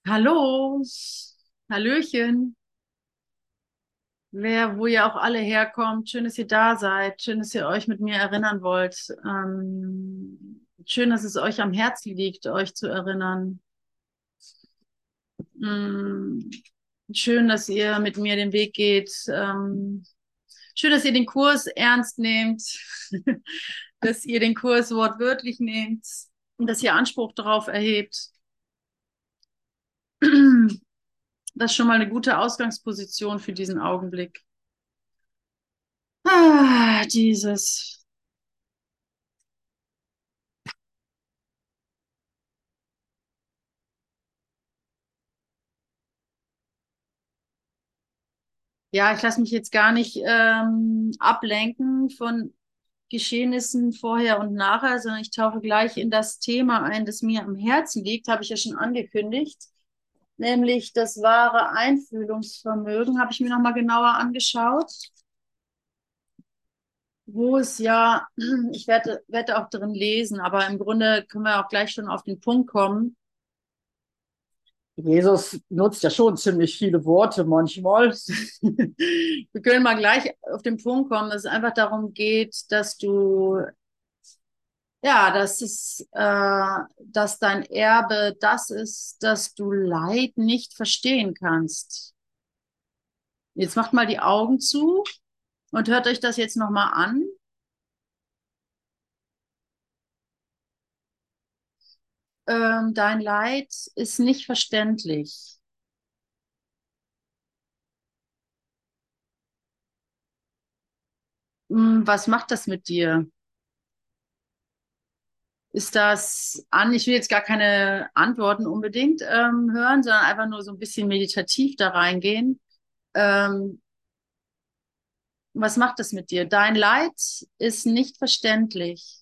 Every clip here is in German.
Hallo, Hallöchen, wo ihr auch alle herkommt. Schön, dass ihr da seid. Schön, dass ihr euch mit mir erinnern wollt. Schön, dass es euch am Herzen liegt, euch zu erinnern. Mm, Schön, dass ihr mit mir den Weg geht. Schön, dass ihr den Kurs ernst nehmt, dass ihr den Kurs wortwörtlich nehmt und dass ihr Anspruch darauf erhebt. Das ist schon mal eine gute Ausgangsposition für diesen Augenblick. Jesus. Ja, ich lasse mich jetzt gar nicht ablenken von Geschehnissen vorher und nachher, sondern ich tauche gleich in das Thema ein, das mir am Herzen liegt, habe ich ja schon angekündigt, nämlich das wahre Einfühlungsvermögen, habe ich mir nochmal genauer angeschaut, wo es ja, ich werde auch drin lesen, aber im Grunde können wir auch gleich schon auf den Punkt kommen. Jesus nutzt ja schon ziemlich viele Worte manchmal. Wir können mal gleich auf den Punkt kommen, dass es einfach darum geht, dass du, ja, dass dein Erbe das ist, dass du Leid nicht verstehen kannst. Jetzt macht mal die Augen zu und hört euch das jetzt nochmal an. Dein Leid ist nicht verständlich. Was macht das mit dir? Ist das an? Ich will jetzt gar keine Antworten unbedingt hören, sondern einfach nur so ein bisschen meditativ da reingehen. Ähm, Was macht das mit dir? Dein Leid ist nicht verständlich.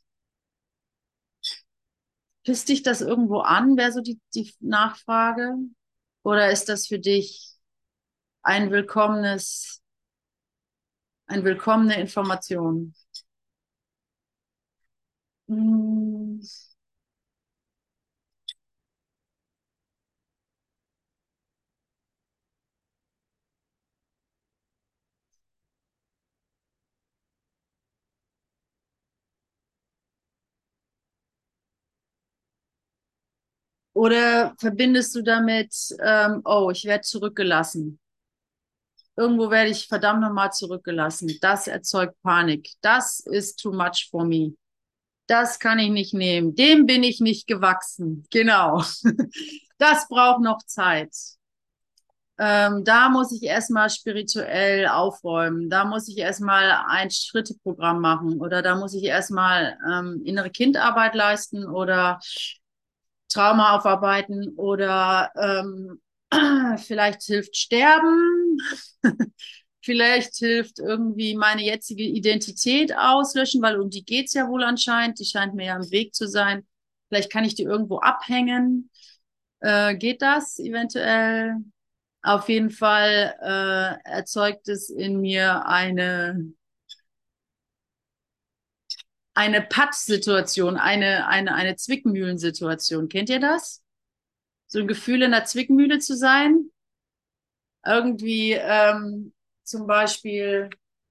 Pisst dich das irgendwo an, wäre so die Nachfrage? Oder ist das für dich ein eine willkommene Information? Hm. Oder verbindest du damit, oh, ich werde zurückgelassen? Irgendwo werde ich verdammt nochmal zurückgelassen. Das erzeugt Panik. Das ist too much for me. Das kann ich nicht nehmen. Dem bin ich nicht gewachsen. Genau. Das braucht noch Zeit. Da muss ich erstmal spirituell aufräumen. Da muss ich erstmal ein Schritteprogramm machen oder da muss ich erstmal innere Kindarbeit leisten oder Trauma aufarbeiten oder vielleicht hilft Sterben. Vielleicht hilft irgendwie meine jetzige Identität auslöschen, weil um die geht's ja wohl anscheinend. Die scheint mir ja im Weg zu sein. Vielleicht kann ich die irgendwo abhängen. Geht das eventuell? Auf jeden Fall erzeugt es in mir eine Pattsituation, eine Zwickmühlensituation. Kennt ihr das? So ein Gefühl in der Zwickmühle zu sein? Irgendwie zum Beispiel,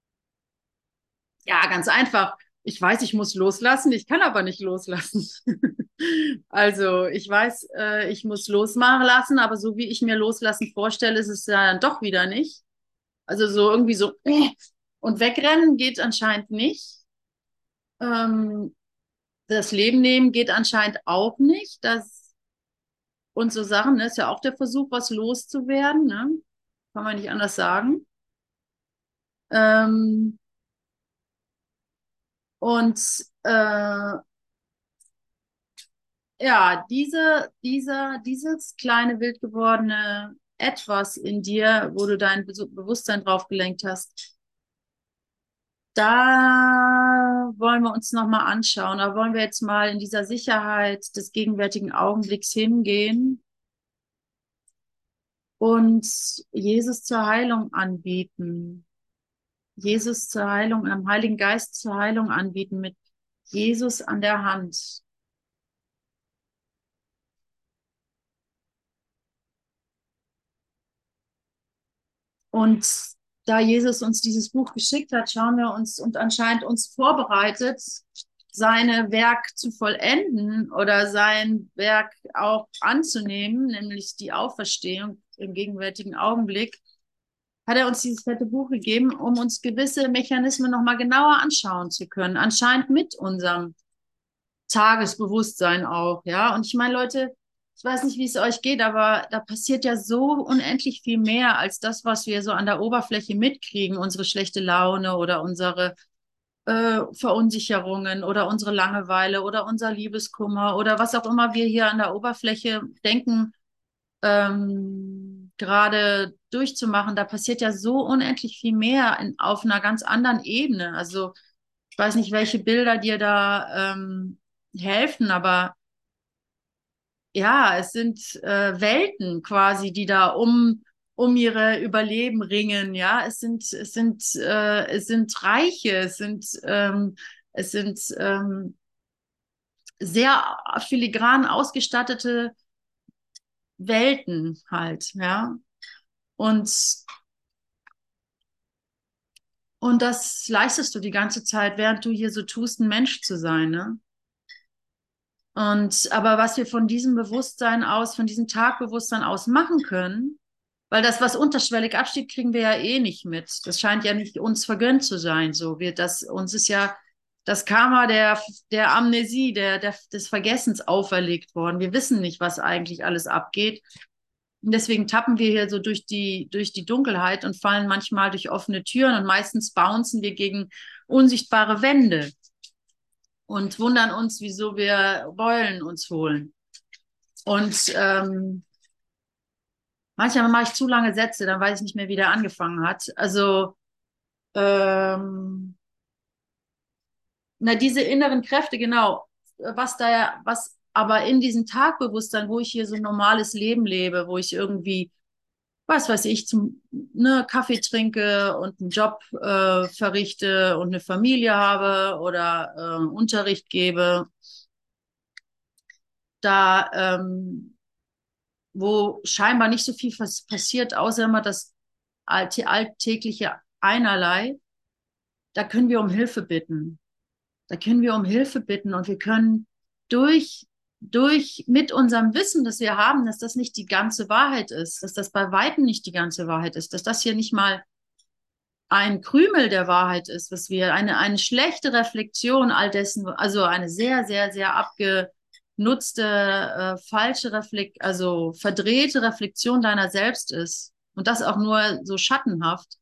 ja, ganz einfach. Ich weiß, ich muss loslassen, ich kann aber nicht loslassen. Also, ich weiß, ich muss losmachen lassen, aber so wie ich mir loslassen vorstelle, ist es ja dann doch wieder nicht. Also so irgendwie so und wegrennen geht anscheinend nicht. Ähm, Das Leben nehmen geht anscheinend auch nicht. Das und so Sachen, ne, ist ja auch der Versuch, was loszuwerden, ne? Kann man nicht anders sagen. Ähm, und äh, ja, dieses kleine wild gewordene Etwas in dir, wo du dein Bewusstsein drauf gelenkt hast, da wollen wir uns nochmal anschauen. Da wollen wir jetzt mal in dieser Sicherheit des gegenwärtigen Augenblicks hingehen und Jesus zur Heilung anbieten. Jesus zur Heilung, am Heiligen Geist zur Heilung anbieten mit Jesus an der Hand. Und da Jesus uns dieses Buch geschickt hat, schauen wir uns und anscheinend uns vorbereitet, seine Werk zu vollenden oder sein Werk auch anzunehmen, nämlich die Auferstehung im gegenwärtigen Augenblick, hat er uns dieses fette Buch gegeben, um uns gewisse Mechanismen nochmal genauer anschauen zu können, anscheinend mit unserem Tagesbewusstsein auch, ja. Und ich meine, Leute, ich weiß nicht, wie es euch geht, aber da passiert ja so unendlich viel mehr als das, was wir so an der Oberfläche mitkriegen, unsere schlechte Laune oder unsere Verunsicherungen oder unsere Langeweile oder unser Liebeskummer oder was auch immer wir hier an der Oberfläche denken, gerade durchzumachen. Da passiert ja so unendlich viel mehr auf einer ganz anderen Ebene. Also ich weiß nicht, welche Bilder dir da helfen, aber ja, es sind Welten quasi, die da um ihre Überleben ringen. Ja, es sind Reiche, es sind sehr filigran ausgestattete Welten halt. Ja, und und das leistest du die ganze Zeit, während du hier so tust, ein Mensch zu sein, ne? Und aber was wir von diesem Bewusstsein aus, von diesem Tagbewusstsein aus machen können, weil das, was unterschwellig absteht, kriegen wir ja eh nicht mit. Das scheint ja nicht uns vergönnt zu sein. So wird das, uns ist ja das Karma der Amnesie, des Vergessens auferlegt worden. Wir wissen nicht, was eigentlich alles abgeht. Und deswegen tappen wir hier so durch die Dunkelheit und fallen manchmal durch offene Türen und meistens bouncen wir gegen unsichtbare Wände und wundern uns, wieso wir Beulen uns holen. Und manchmal mache ich zu lange Sätze, dann weiß ich nicht mehr, wie der angefangen hat. Also, na, diese inneren Kräfte, genau, was aber in diesem Tagbewusstsein, wo ich hier so ein normales Leben lebe, wo ich irgendwie, was weiß ich, Kaffee trinke und einen Job verrichte und eine Familie habe oder Unterricht gebe, da wo scheinbar nicht so viel passiert, außer immer das alltägliche Einerlei, da können wir um Hilfe bitten. Da können wir um Hilfe bitten und wir können durch, mit unserem Wissen, das wir haben, dass das nicht die ganze Wahrheit ist, dass das bei Weitem nicht die ganze Wahrheit ist, dass das hier nicht mal ein Krümel der Wahrheit ist, was wir, eine schlechte Reflexion all dessen, also eine sehr, sehr, sehr abgenutzte, falsche also verdrehte Reflexion deiner selbst ist. Und das auch nur so schattenhaft.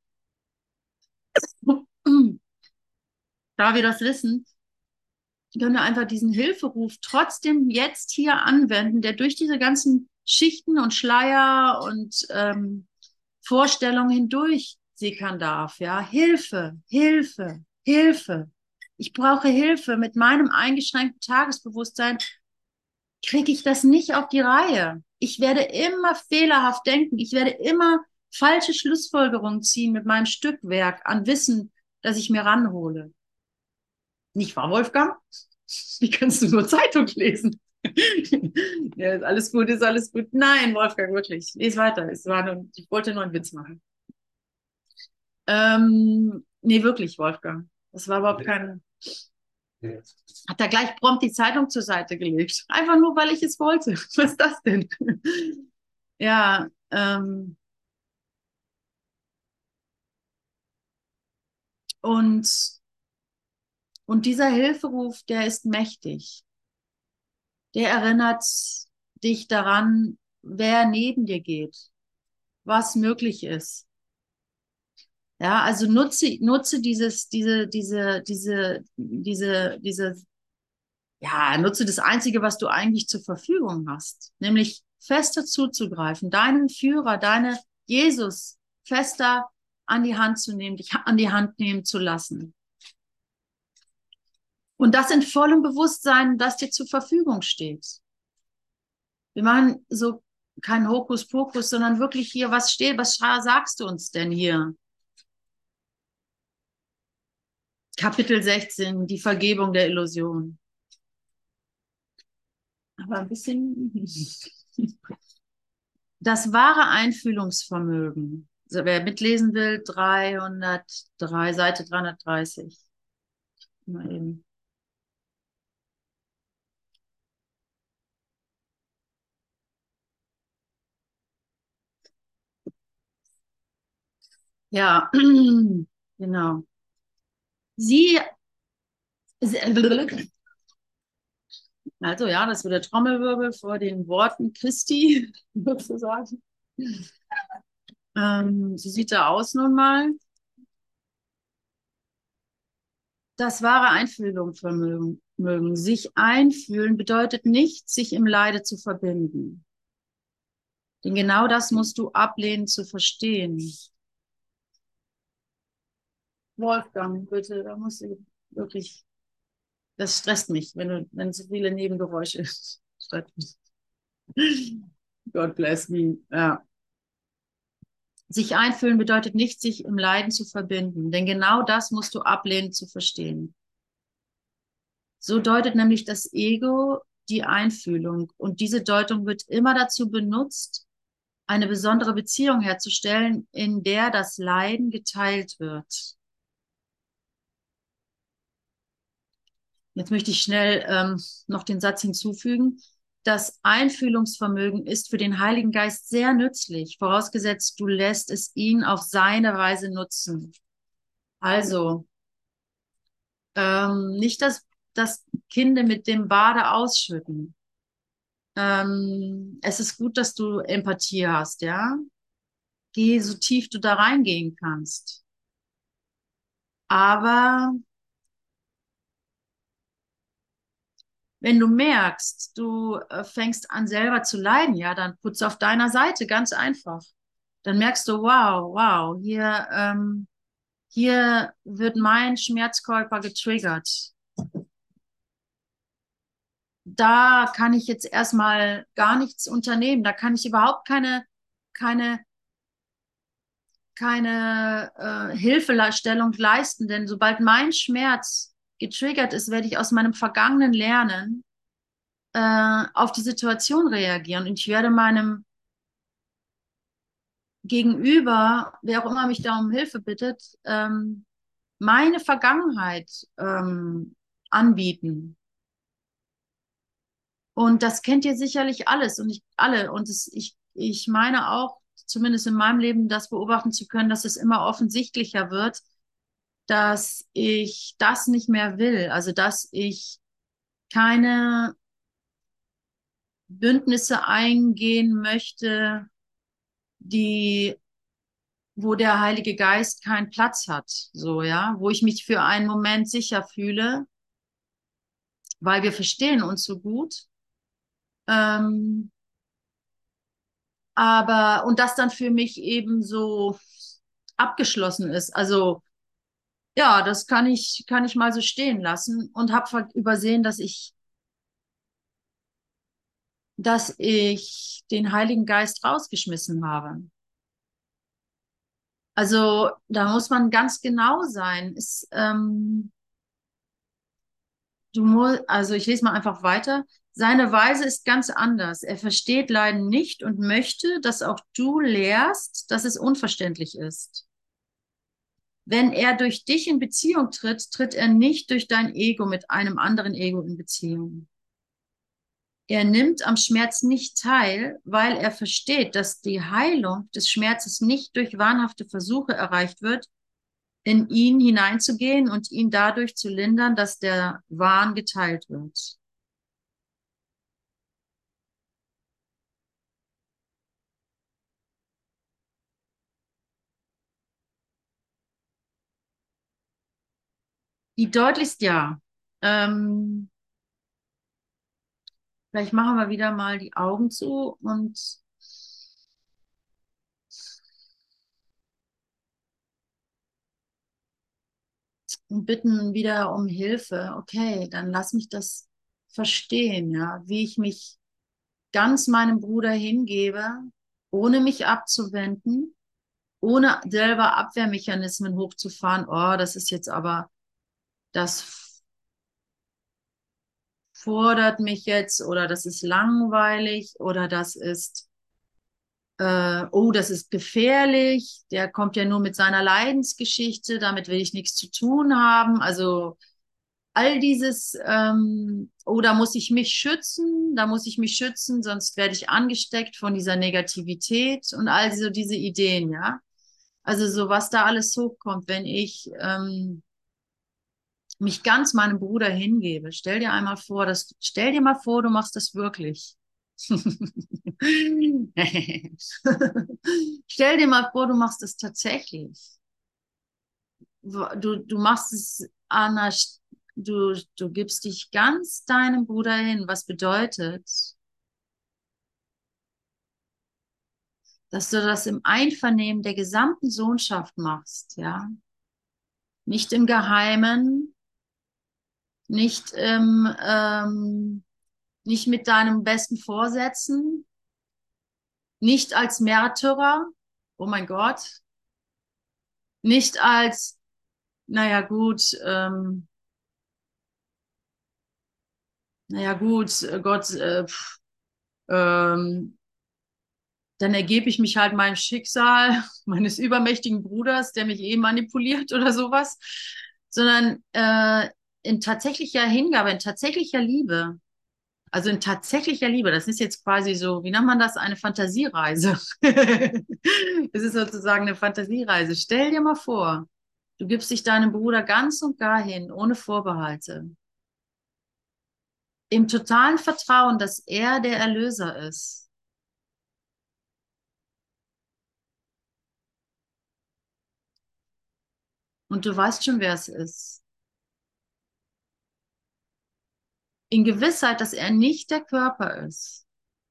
Da wir das wissen, können wir einfach diesen Hilferuf trotzdem jetzt hier anwenden, der durch diese ganzen Schichten und Schleier und Vorstellungen hindurch sickern darf. Ja, Hilfe, Hilfe, Hilfe. Ich brauche Hilfe. Mit meinem eingeschränkten Tagesbewusstsein kriege ich das nicht auf die Reihe. Ich werde immer fehlerhaft denken. Ich werde immer falsche Schlussfolgerungen ziehen mit meinem Stückwerk an Wissen, das ich mir ranhole. Nicht wahr, Wolfgang? Wie kannst du nur Zeitung lesen? Ja, ist alles gut, ist alles gut. Nein, Wolfgang, wirklich. Lies weiter. Ich wollte nur einen Witz machen. Nee, wirklich, Wolfgang. Das war überhaupt kein. Hat er gleich prompt die Zeitung zur Seite gelegt. Einfach nur, weil ich es wollte. Was ist das denn? Ja, und, und dieser Hilferuf, der ist mächtig. Der erinnert dich daran, wer neben dir geht, was möglich ist. Ja, also nutze ja, nutze das Einzige, was du eigentlich zur Verfügung hast, nämlich fester zuzugreifen, deinen Führer, deine Jesus fester an die Hand zu nehmen, dich an die Hand nehmen zu lassen. Und das in vollem Bewusstsein, das dir zur Verfügung steht. Wir machen so kein Hokuspokus, sondern wirklich hier, was sagst du uns denn hier? Kapitel 16, die Vergebung der Illusion. Aber ein bisschen das wahre Einfühlungsvermögen So, wer mitlesen will, 303, Seite 330. Mal eben. Ja, genau. Sie, also ja, das wird der Trommelwirbel vor den Worten Christi, sozusagen. So sieht er aus nun mal. Das wahre Einfühlungsvermögen. Sich einfühlen bedeutet nicht, sich im Leide zu verbinden. Denn genau das musst du ablehnen zu verstehen. Wolfgang, bitte, da musst du wirklich, das stresst mich, wenn so viele Nebengeräusche stattfinden. God bless me. Ja. Sich einfühlen bedeutet nicht, sich im Leiden zu verbinden, denn genau das musst du ablehnen zu verstehen. So deutet nämlich das Ego die Einfühlung und diese Deutung wird immer dazu benutzt, eine besondere Beziehung herzustellen, in der das Leiden geteilt wird. Jetzt möchte ich schnell noch den Satz hinzufügen. Das Einfühlungsvermögen ist für den Heiligen Geist sehr nützlich, vorausgesetzt du lässt es ihn auf seine Weise nutzen. Also, nicht das Kind mit dem Bade ausschütten. Es ist gut, dass du Empathie hast, ja. Geh so tief du da reingehen kannst. Aber wenn du merkst, du fängst an selber zu leiden, ja, dann putz auf deiner Seite, ganz einfach. Dann merkst du, wow, wow, hier wird mein Schmerzkörper getriggert. Da kann ich jetzt erstmal gar nichts unternehmen. Da kann ich überhaupt keine, keine Hilfestellung leisten, denn sobald mein Schmerz getriggert ist, werde ich aus meinem Vergangenen lernen, auf die Situation reagieren. Und ich werde meinem Gegenüber, wer auch immer mich da um Hilfe bittet, meine Vergangenheit anbieten. Und das kennt ihr sicherlich alles und nicht alle. Und ich meine auch, zumindest in meinem Leben, das beobachten zu können, dass es immer offensichtlicher wird, dass ich das nicht mehr will. Also, dass ich keine Bündnisse eingehen möchte, die, wo der Heilige Geist keinen Platz hat, so, ja, wo ich mich für einen Moment sicher fühle, weil wir verstehen uns so gut. Ähm, und das dann für mich eben so abgeschlossen ist. Also, ja, das kann ich mal so stehen lassen und habe übersehen, dass ich den Heiligen Geist rausgeschmissen habe. Also da muss man ganz genau sein. Also ich lese mal einfach weiter. Seine Weise ist ganz anders. Er versteht Leiden nicht und möchte, dass auch du lehrst, dass es unverständlich ist. Wenn er durch dich in Beziehung tritt, tritt er nicht durch dein Ego mit einem anderen Ego in Beziehung. Er nimmt am Schmerz nicht teil, weil er versteht, dass die Heilung des Schmerzes nicht durch wahnhafte Versuche erreicht wird, in ihn hineinzugehen und ihn dadurch zu lindern, dass der Wahn geteilt wird. Die deutlichst ja. Ähm, Vielleicht machen wir wieder mal die Augen zu und bitten wieder um Hilfe. Okay, dann lass mich das verstehen, ja, wie ich mich ganz meinem Bruder hingebe, ohne mich abzuwenden, ohne selber Abwehrmechanismen hochzufahren. Oh, das ist jetzt aber, das fordert mich jetzt oder das ist langweilig oder das ist oh, das ist gefährlich, der kommt ja nur mit seiner Leidensgeschichte, damit will ich nichts zu tun haben. Also all dieses, oh, da muss ich mich schützen, da muss ich mich schützen, sonst werde ich angesteckt von dieser Negativität und also diese Ideen, ja. Also so was da alles hochkommt, wenn ich mich ganz meinem Bruder hingebe. Stell dir mal vor, du machst das wirklich. Stell dir mal vor, du machst es tatsächlich. Du machst es an einer, du gibst dich ganz deinem Bruder hin, was bedeutet, dass du das im Einvernehmen der gesamten Sohnschaft machst, ja. Nicht im Geheimen, nicht nicht mit deinem besten Vorsätzen, nicht als Märtyrer, oh mein Gott, nicht als, naja gut, Gott, ähm, dann ergebe ich mich halt meinem Schicksal meines übermächtigen Bruders, der mich eh manipuliert oder sowas, sondern in tatsächlicher Hingabe, in tatsächlicher Liebe. Also in tatsächlicher Liebe, das ist jetzt quasi so, wie nennt man das, eine Fantasiereise. Es ist sozusagen eine Fantasiereise. Stell dir mal vor, du gibst dich deinem Bruder ganz und gar hin, ohne Vorbehalte, im totalen Vertrauen, dass er der Erlöser ist. Und du weißt schon, wer es ist. In Gewissheit, dass er nicht der Körper ist.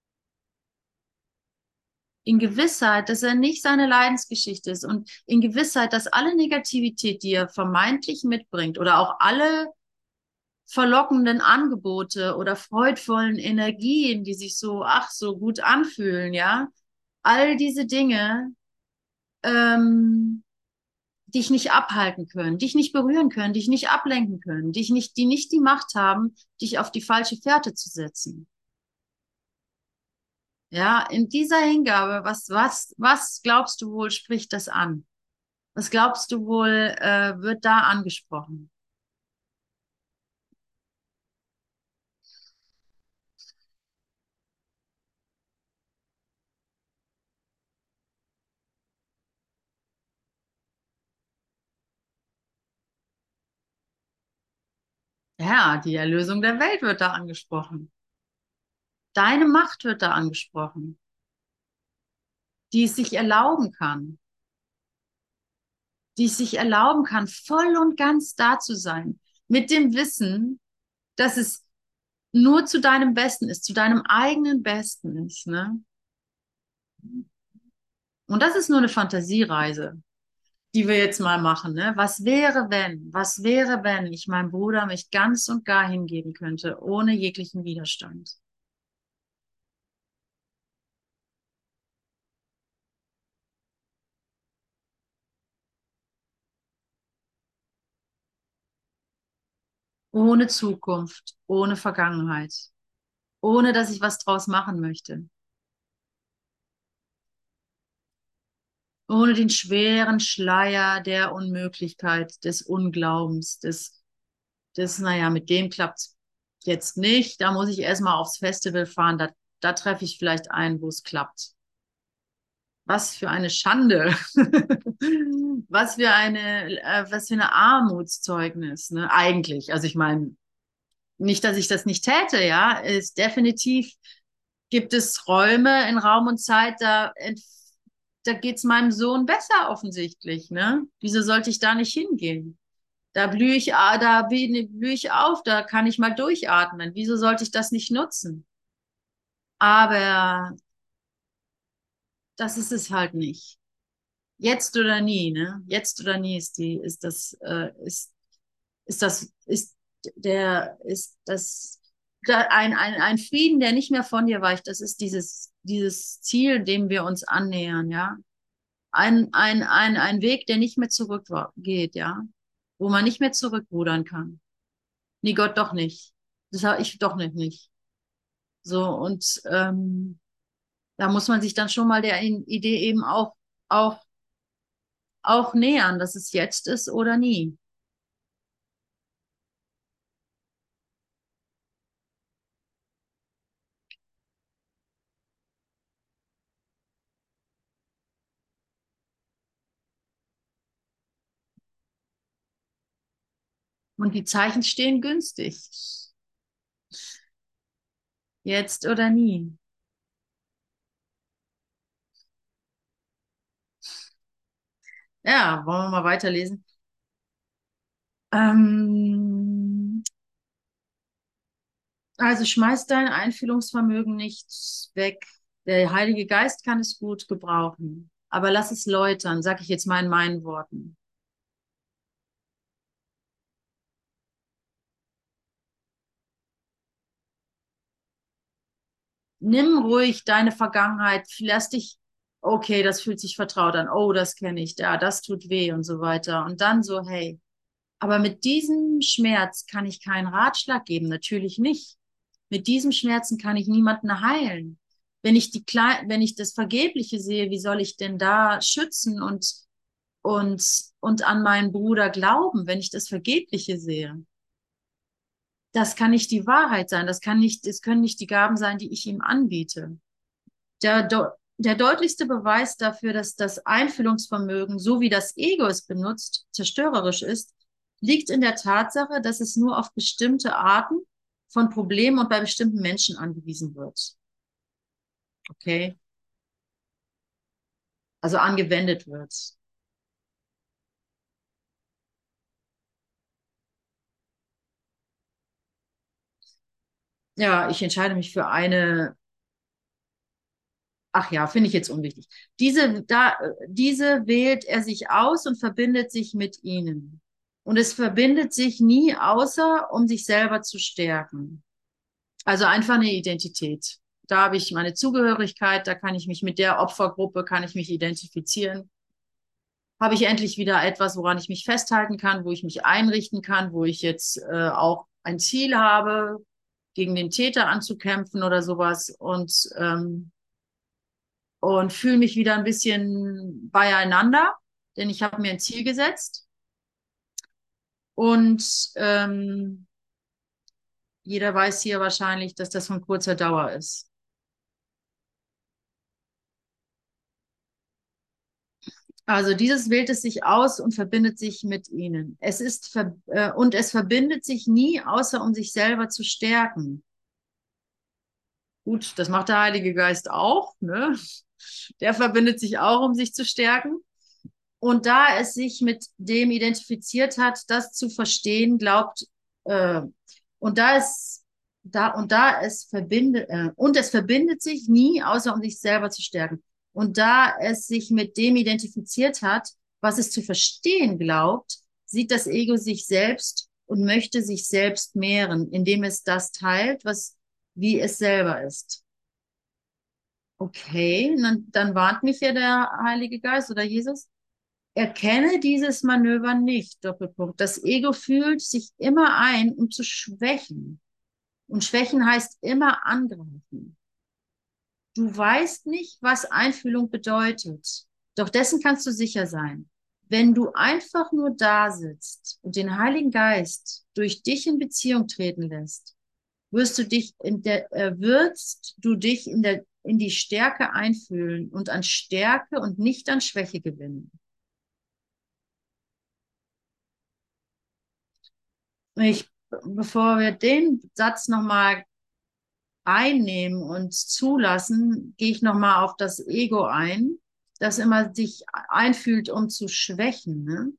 In Gewissheit, dass er nicht seine Leidensgeschichte ist und in Gewissheit, dass alle Negativität, die er vermeintlich mitbringt oder auch alle verlockenden Angebote oder freudvollen Energien, die sich so, ach, so gut anfühlen, ja, all diese Dinge, ähm, dich nicht abhalten können, dich nicht berühren können, dich nicht ablenken können, die nicht die Macht haben, dich auf die falsche Fährte zu setzen. Ja, in dieser Hingabe, was glaubst du wohl, spricht das an? Was glaubst du wohl, wird da angesprochen? Ja, die Erlösung der Welt wird da angesprochen. Deine Macht wird da angesprochen, die es sich erlauben kann, die es sich erlauben kann, voll und ganz da zu sein, mit dem Wissen, dass es nur zu deinem Besten ist, zu deinem eigenen Besten ist, ne? Und das ist nur eine Fantasiereise, die wir jetzt mal machen, ne? Was wäre, wenn ich meinem Bruder mich ganz und gar hingeben könnte, ohne jeglichen Widerstand? Ohne Zukunft, ohne Vergangenheit, ohne dass ich was draus machen möchte, ohne den schweren Schleier der Unmöglichkeit, des Unglaubens, naja, mit dem klappt's jetzt nicht. Da muss ich erstmal aufs Festival fahren, da treffe ich vielleicht einen, wo es klappt. Was für eine Schande. Was für eine Armutszeugnis, ne? Eigentlich. Also ich meine, nicht, dass ich das nicht täte, ja. Ist definitiv gibt es Räume in Raum und Zeit, da geht's meinem Sohn besser offensichtlich, ne? Wieso sollte ich da nicht hingehen? Blühe ich auf, da kann ich mal durchatmen. Wieso sollte ich das nicht nutzen? Aber das ist es halt nicht. Jetzt oder nie, ne? Jetzt oder nie ist das ein Frieden, der nicht mehr von dir weicht. Das ist dieses Ziel, dem wir uns annähern, ja. Ein Weg, der nicht mehr zurückgeht, ja. Wo man nicht mehr zurückrudern kann. Nee, Gott doch nicht. Das habe ich doch nicht. So, und Da muss man sich dann schon mal der Idee eben auch, auch nähern, dass es jetzt ist oder nie. Und die Zeichen stehen günstig. Jetzt oder nie. Ja, wollen wir mal weiterlesen? Ähm, also schmeiß dein Einfühlungsvermögen nicht weg. Der Heilige Geist kann es gut gebrauchen. Aber lass es läutern, sag ich jetzt mal in meinen Worten. Nimm ruhig deine Vergangenheit, lass dich, okay, das fühlt sich vertraut an, oh, das kenne ich, ja, das tut weh und so weiter. Und dann so, hey, aber mit diesem Schmerz kann ich keinen Ratschlag geben, natürlich nicht. Mit diesem Schmerzen kann ich niemanden heilen. Wenn ich das Vergebliche sehe, wie soll ich denn da schützen und, und an meinen Bruder glauben, wenn ich das Vergebliche sehe? Das kann nicht die Wahrheit sein. Das können nicht die Gaben sein, die ich ihm anbiete. Der deutlichste Beweis dafür, dass das Einfühlungsvermögen, so wie das Ego es benutzt, zerstörerisch ist, liegt in der Tatsache, dass es nur auf bestimmte Arten von Problemen und bei bestimmten Menschen angewiesen wird. Okay? Also angewendet wird. Ja, ich entscheide mich für eine, ach ja, finde ich jetzt unwichtig. Diese wählt er sich aus und verbindet sich mit ihnen. Und es verbindet sich nie, außer um sich selber zu stärken. Also einfach eine Identität. Da habe ich meine Zugehörigkeit, da kann ich mich mit der Opfergruppe, kann ich mich identifizieren. Habe ich endlich wieder etwas, woran ich mich festhalten kann, wo ich mich einrichten kann, wo ich jetzt auch ein Ziel habe, gegen den Täter anzukämpfen oder sowas und fühle mich wieder ein bisschen beieinander, denn ich habe mir ein Ziel gesetzt und jeder weiß hier wahrscheinlich, dass das von kurzer Dauer ist. Also dieses wählt es sich aus und verbindet sich mit ihnen. Und es verbindet sich nie, außer um sich selber zu stärken. Gut, das macht der Heilige Geist auch, ne? Der verbindet sich auch, um sich zu stärken. Und da es sich mit dem identifiziert hat, das zu verstehen, äh, und da es und es verbindet sich nie, außer um sich selber zu stärken. Und da es sich mit dem identifiziert hat, was es zu verstehen glaubt, sieht das Ego sich selbst und möchte sich selbst mehren, indem es das teilt, wie es selber ist. Okay, dann warnt mich ja der Heilige Geist oder Jesus. Erkenne dieses Manöver nicht, Doppelpunkt. Das Ego fühlt sich immer ein, um zu schwächen. Und schwächen heißt immer angreifen. Du weißt nicht, was Einfühlung bedeutet. Doch dessen kannst du sicher sein. Wenn du einfach nur da sitzt und den Heiligen Geist durch dich in Beziehung treten lässt, wirst du dich in die Stärke einfühlen und an Stärke und nicht an Schwäche gewinnen. Bevor wir den Satz nochmal einnehmen und zulassen, gehe ich nochmal auf das Ego ein, das immer sich einfühlt, um zu schwächen, ne?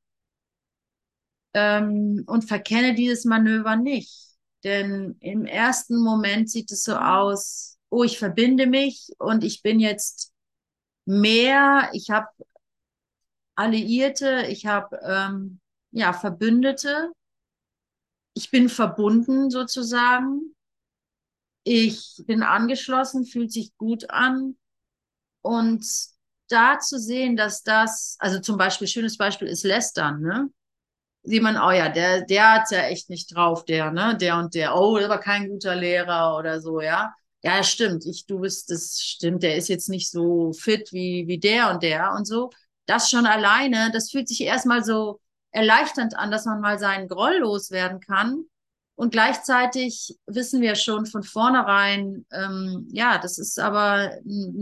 Und verkenne dieses Manöver nicht. Denn im ersten Moment sieht es so aus, oh, ich verbinde mich und ich bin jetzt mehr, ich habe Alliierte, ich habe ja Verbündete, ich bin verbunden sozusagen. Ich bin angeschlossen, fühlt sich gut an. Und da zu sehen, dass also zum Beispiel, schönes Beispiel ist Lästern, ne? Sieht man, oh ja, der hat's ja echt nicht drauf, der, ne? Der und der, oh, der war kein guter Lehrer oder so, ja. Ja, stimmt. Das stimmt. Der ist jetzt nicht so fit wie der und der und so. Das schon alleine, das fühlt sich erstmal so erleichternd an, dass man mal seinen Groll loswerden kann. Und gleichzeitig wissen wir schon von vornherein, ja, das ist aber ein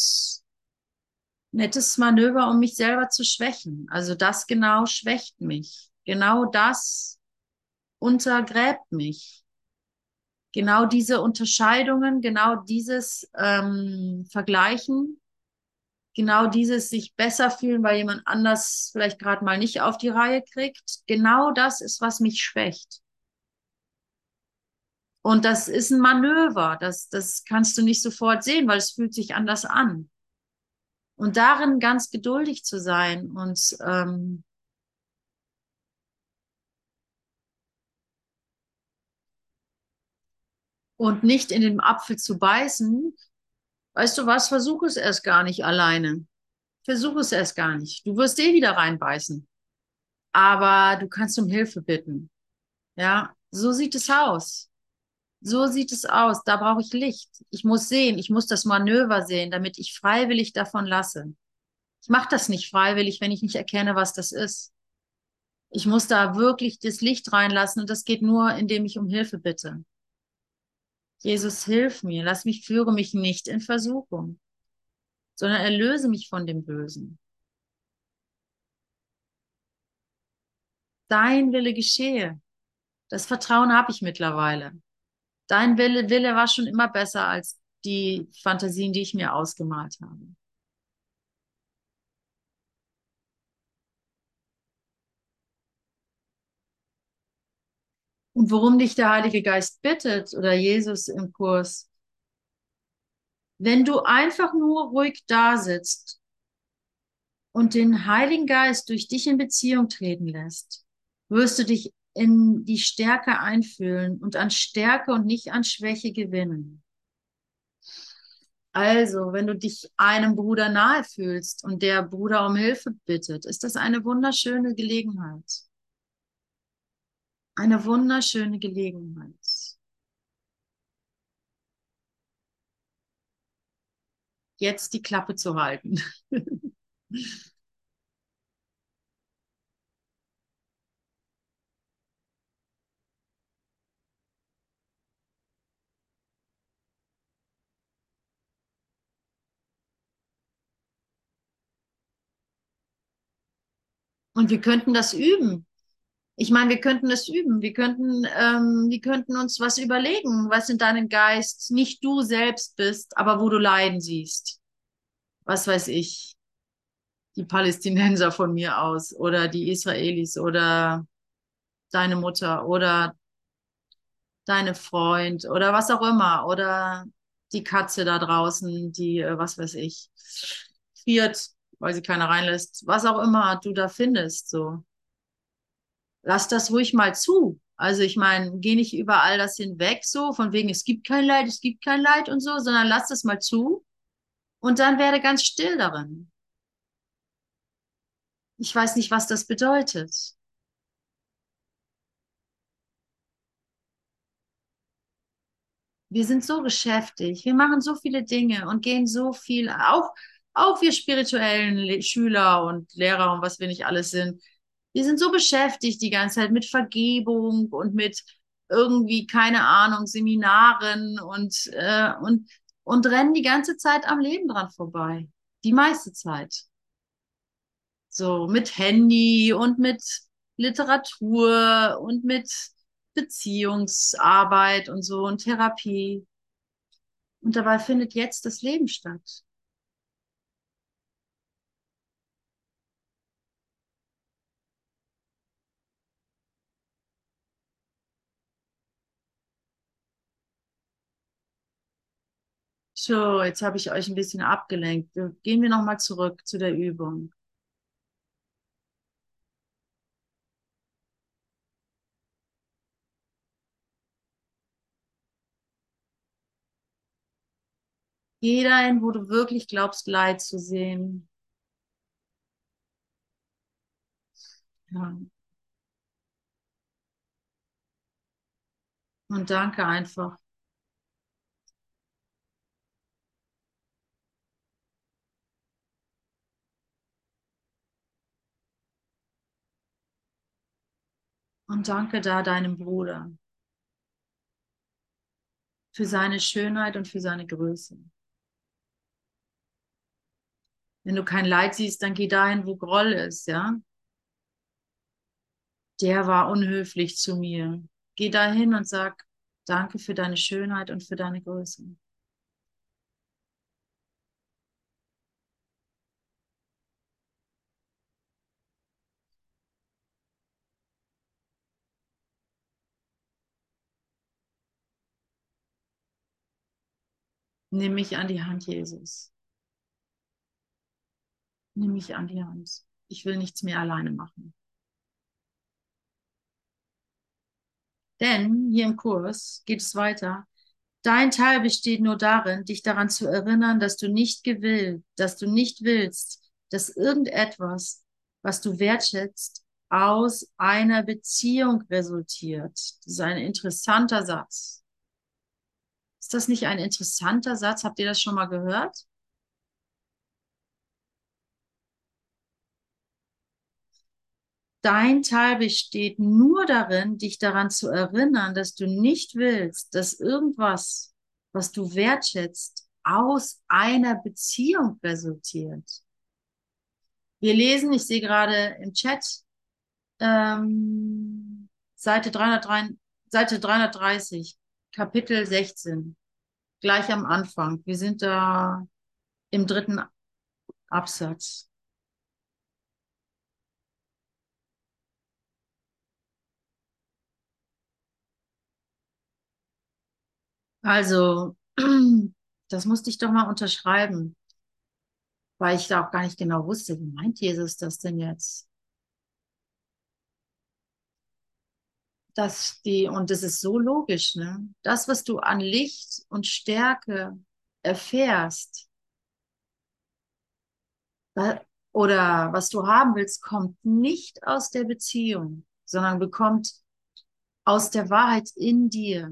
nettes Manöver, um mich selber zu schwächen. Also das genau schwächt mich. Genau das untergräbt mich. Genau diese Unterscheidungen, genau dieses Vergleichen, genau dieses sich besser fühlen, weil jemand anders vielleicht gerade mal nicht auf die Reihe kriegt, genau das ist, was mich schwächt. Und das ist ein Manöver, das kannst du nicht sofort sehen, weil es fühlt sich anders an. Und darin ganz geduldig zu sein und nicht in den Apfel zu beißen, weißt du was, versuch es erst gar nicht alleine. Versuch es erst gar nicht. Du wirst eh wieder reinbeißen. Aber du kannst um Hilfe bitten. Ja, so sieht es aus. So sieht es aus. Da brauche ich Licht. Ich muss sehen, ich muss das Manöver sehen, damit ich freiwillig davon lasse. Ich mache das nicht freiwillig, wenn ich nicht erkenne, was das ist. Ich muss da wirklich das Licht reinlassen und das geht nur, indem ich um Hilfe bitte. Jesus, hilf mir, lass mich, führe mich nicht in Versuchung, sondern erlöse mich von dem Bösen. Dein Wille geschehe. Das Vertrauen habe ich mittlerweile. Dein Wille war schon immer besser als die Fantasien, die ich mir ausgemalt habe. Und worum dich der Heilige Geist bittet oder Jesus im Kurs, wenn du einfach nur ruhig da sitzt und den Heiligen Geist durch dich in Beziehung treten lässt, wirst du dich in die Stärke einfühlen und an Stärke und nicht an Schwäche gewinnen. Also, wenn du dich einem Bruder nahe fühlst und der Bruder um Hilfe bittet, ist das eine wunderschöne Gelegenheit. Eine wunderschöne Gelegenheit. Jetzt die Klappe zu halten. Und wir könnten das üben. Ich meine, wir könnten das üben. Wir könnten uns was überlegen, was in deinem Geist nicht du selbst bist, aber wo du Leiden siehst. Was weiß ich, die Palästinenser von mir aus oder die Israelis oder deine Mutter oder deine Freund oder was auch immer oder die Katze da draußen, die, was weiß ich, friert, weil sie keiner reinlässt, was auch immer du da findest, so. Lass das ruhig mal zu. Also ich meine, geh nicht über all das hinweg, so von wegen, es gibt kein Leid und so, sondern lass das mal zu und dann werde ganz still darin. Ich weiß nicht, was das bedeutet. Wir sind so beschäftigt, wir machen so viele Dinge und gehen so viel, auch wir spirituellen Schüler und Lehrer und was wir nicht alles sind. Wir sind so beschäftigt die ganze Zeit mit Vergebung und mit irgendwie, keine Ahnung, Seminaren und rennen die ganze Zeit am Leben dran vorbei. Die meiste Zeit. So mit Handy und mit Literatur und mit Beziehungsarbeit und so und Therapie. Und dabei findet jetzt das Leben statt. So, jetzt habe ich euch ein bisschen abgelenkt. Gehen wir nochmal zurück zu der Übung. Geh dahin, wo du wirklich glaubst, Leid zu sehen. Ja. Und danke einfach. Und danke da deinem Bruder für seine Schönheit und für seine Größe. Wenn du kein Leid siehst, dann geh dahin, wo Groll ist, ja? Der war unhöflich zu mir. Geh dahin und sag, danke für deine Schönheit und für deine Größe. Nimm mich an die Hand, Jesus. Nimm mich an die Hand. Ich will nichts mehr alleine machen. Denn hier im Kurs geht es weiter. Dein Teil besteht nur darin, dich daran zu erinnern, dass du nicht willst, dass irgendetwas, was du wertschätzt, aus einer Beziehung resultiert. Das ist ein interessanter Satz. Ist das nicht ein interessanter Satz? Habt ihr das schon mal gehört? Dein Teil besteht nur darin, dich daran zu erinnern, dass du nicht willst, dass irgendwas, was du wertschätzt, aus einer Beziehung resultiert. Wir lesen, ich sehe gerade im Chat, Seite 303, Seite 330, Kapitel 16, gleich am Anfang. Wir sind da im dritten Absatz. Also, das musste ich doch mal unterschreiben, weil ich da auch gar nicht genau wusste, wie meint Jesus das denn jetzt? Und das ist so logisch, ne? Das, was du an Licht und Stärke erfährst, oder was du haben willst, kommt nicht aus der Beziehung, sondern bekommt aus der Wahrheit in dir.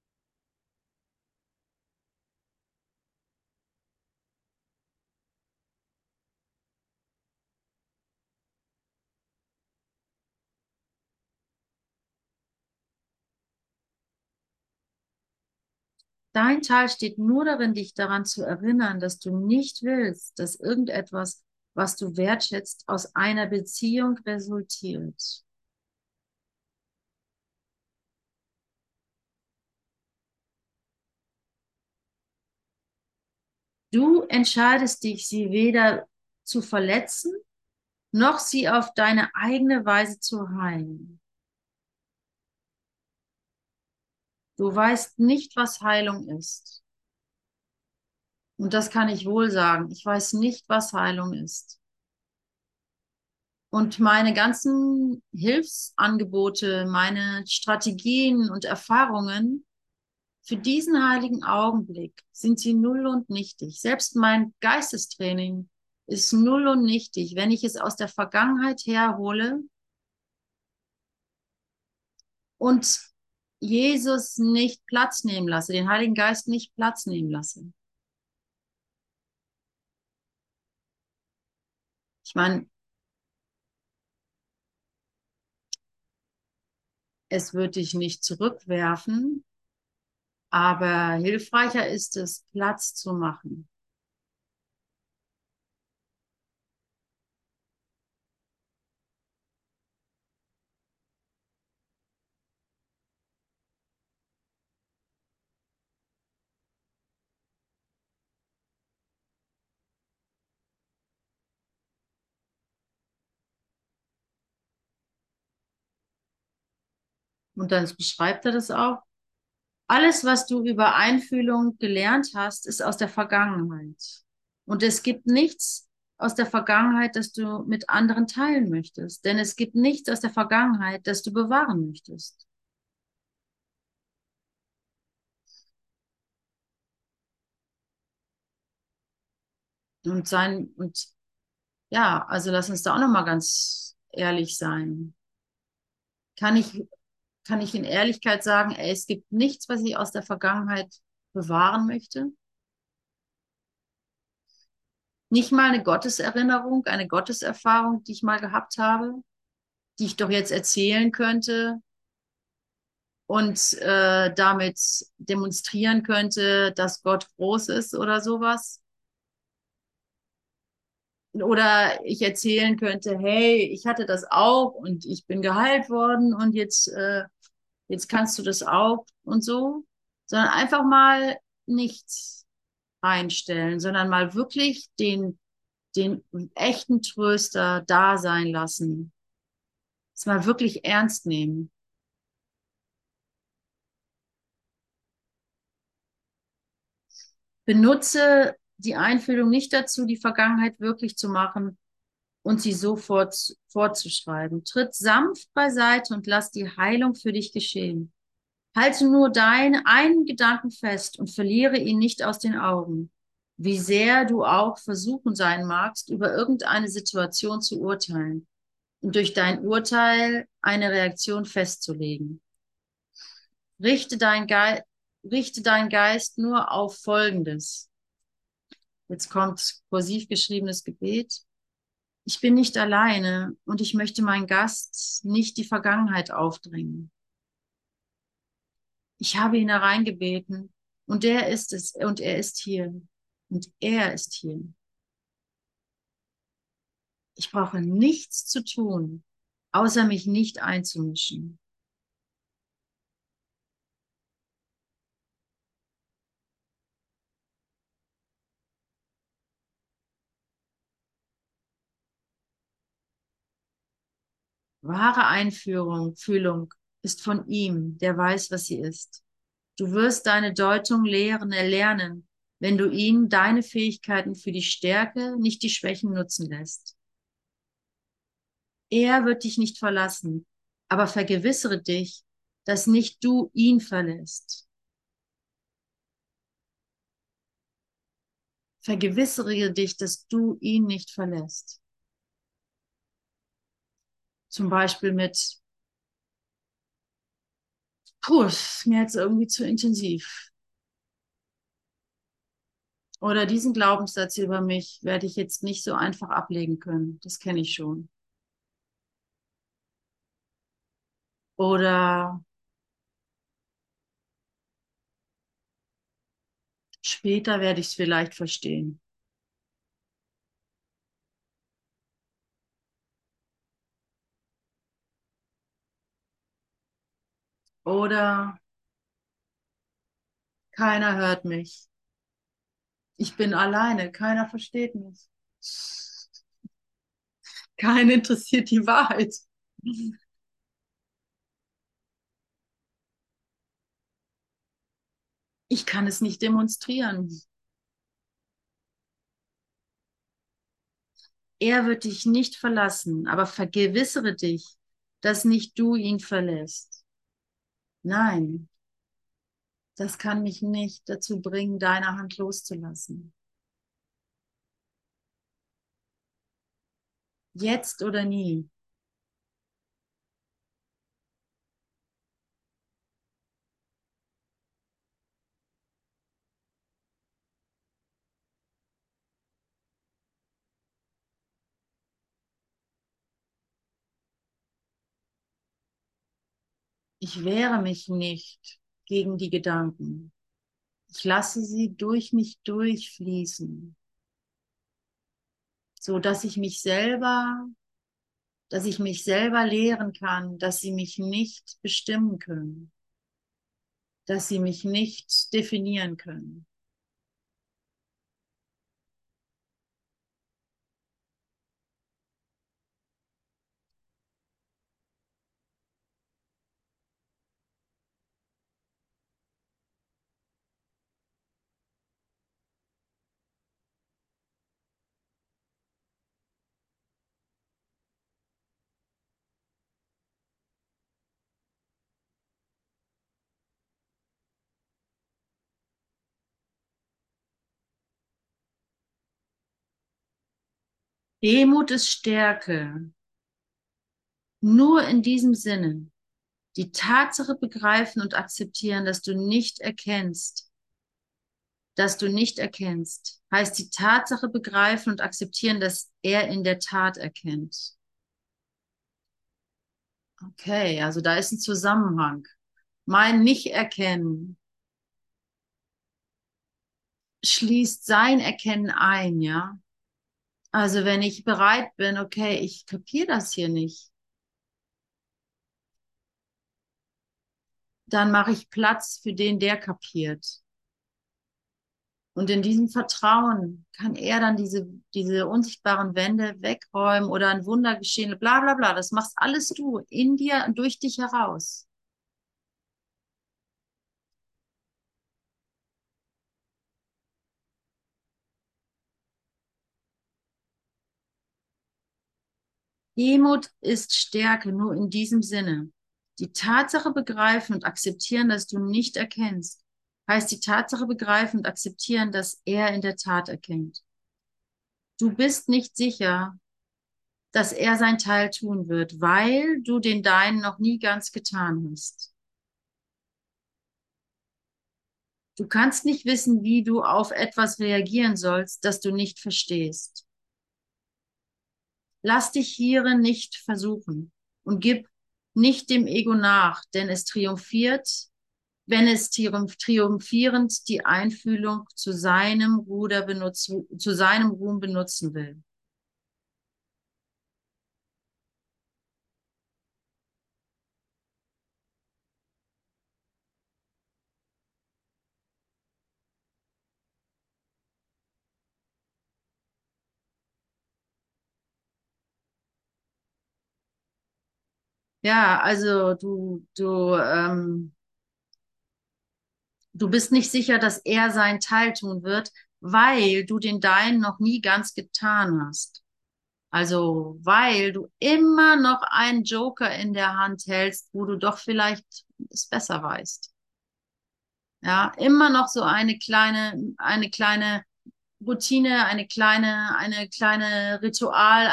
Dein Teil steht nur darin, dich daran zu erinnern, dass du nicht willst, dass irgendetwas, was du wertschätzt, aus einer Beziehung resultiert. Du entscheidest dich, sie weder zu verletzen, noch sie auf deine eigene Weise zu heilen. Du weißt nicht, was Heilung ist. Und das kann ich wohl sagen. Ich weiß nicht, was Heilung ist. Und meine ganzen Hilfsangebote, meine Strategien und Erfahrungen für diesen heiligen Augenblick sind sie null und nichtig. Selbst mein Geistestraining ist null und nichtig, wenn ich es aus der Vergangenheit herhole und Jesus nicht Platz nehmen lasse, den Heiligen Geist nicht Platz nehmen lasse. Ich meine, es wird dich nicht zurückwerfen, aber hilfreicher ist es, Platz zu machen. Und dann beschreibt er das auch. Alles, was du über Einfühlung gelernt hast, ist aus der Vergangenheit. Und es gibt nichts aus der Vergangenheit, das du mit anderen teilen möchtest. Denn es gibt nichts aus der Vergangenheit, das du bewahren möchtest. Und ja, also lass uns da auch nochmal ganz ehrlich sein. Kann ich, kann ich in Ehrlichkeit sagen, ey, es gibt nichts, was ich aus der Vergangenheit bewahren möchte? Nicht mal eine Gotteserinnerung, eine Gotteserfahrung, die ich mal gehabt habe, die ich doch jetzt erzählen könnte. und damit demonstrieren könnte, dass Gott groß ist oder sowas. Oder ich erzählen könnte, hey, ich hatte das auch und ich bin geheilt worden und jetzt kannst du das auch und so, sondern einfach mal nichts reinstellen, sondern mal wirklich den echten Tröster da sein lassen. Es mal wirklich ernst nehmen. Benutze die Einfühlung nicht dazu, die Vergangenheit wirklich zu machen und sie sofort fortzuschreiben. Tritt sanft beiseite und lass die Heilung für dich geschehen. Halte nur deinen einen Gedanken fest und verliere ihn nicht aus den Augen, wie sehr du auch versuchen sein magst, über irgendeine Situation zu urteilen und durch dein Urteil eine Reaktion festzulegen. Richte dein Ge richte deinen Geist nur auf Folgendes. Jetzt kommt kursiv geschriebenes Gebet. Ich bin nicht alleine und ich möchte meinen Gast nicht die Vergangenheit aufdrängen. Ich habe ihn hereingebeten und er ist es und er ist hier und er ist hier. Ich brauche nichts zu tun, außer mich nicht einzumischen. Wahre Einführung, Fühlung ist von ihm, der weiß, was sie ist. Du wirst deine Deutung erlernen, wenn du ihn deine Fähigkeiten für die Stärke, nicht die Schwächen nutzen lässt. Er wird dich nicht verlassen, aber vergewissere dich, dass nicht du ihn verlässt. Vergewissere dich, dass du ihn nicht verlässt. Zum Beispiel mit, puh, ist mir jetzt irgendwie zu intensiv. Oder diesen Glaubenssatz über mich werde ich jetzt nicht so einfach ablegen können. Das kenne ich schon. Oder später werde ich es vielleicht verstehen. Oder keiner hört mich. Ich bin alleine. Keiner versteht mich. Keinen interessiert die Wahrheit. Ich kann es nicht demonstrieren. Er wird dich nicht verlassen, aber vergewissere dich, dass nicht du ihn verlässt. Nein, das kann mich nicht dazu bringen, deine Hand loszulassen. Jetzt oder nie. Ich wehre mich nicht gegen die Gedanken. Ich lasse sie durch mich durchfließen, so dass ich mich selber lehren kann, dass sie mich nicht bestimmen können, dass sie mich nicht definieren können. Demut ist Stärke. Nur in diesem Sinne. Die Tatsache begreifen und akzeptieren, dass du nicht erkennst, heißt die Tatsache begreifen und akzeptieren, dass er in der Tat erkennt. Okay, also da ist ein Zusammenhang. Mein Nicht-Erkennen schließt sein Erkennen ein, ja. Also wenn ich bereit bin, okay, ich kapiere das hier nicht, dann mache ich Platz für den, der kapiert. Und in diesem Vertrauen kann er dann diese unsichtbaren Wände wegräumen oder ein Wunder geschehen, bla bla bla. Das machst alles du in dir und durch dich heraus. Demut ist Stärke nur in diesem Sinne. Die Tatsache begreifen und akzeptieren, dass du nicht erkennst, heißt die Tatsache begreifen und akzeptieren, dass er in der Tat erkennt. Du bist nicht sicher, dass er sein Teil tun wird, weil du den deinen noch nie ganz getan hast. Du kannst nicht wissen, wie du auf etwas reagieren sollst, das du nicht verstehst. Lass dich hierin nicht versuchen und gib nicht dem Ego nach, denn es triumphiert, wenn es triumphierend die Einfühlung zu seinem Ruhm benutzen will. Ja, also du bist nicht sicher, dass er seinen Teil tun wird, weil du den deinen noch nie ganz getan hast. Also, weil du immer noch einen Joker in der Hand hältst, wo du doch vielleicht es besser weißt. Ja, immer noch so eine kleine Routine, eine kleine Ritual,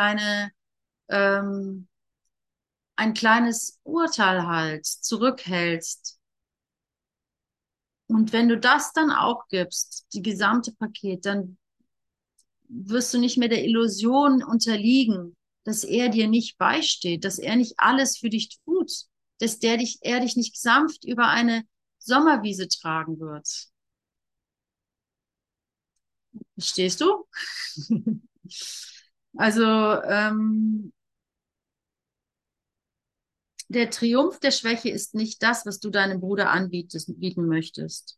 ähm, ein kleines Urteil halt zurückhältst. Und wenn du das dann auch gibst, die gesamte Paket, dann wirst du nicht mehr der Illusion unterliegen, dass er dir nicht beisteht, dass er nicht alles für dich tut, dass er dich nicht sanft über eine Sommerwiese tragen wird. Verstehst du? Also der Triumph der Schwäche ist nicht das, was du deinem Bruder bieten möchtest.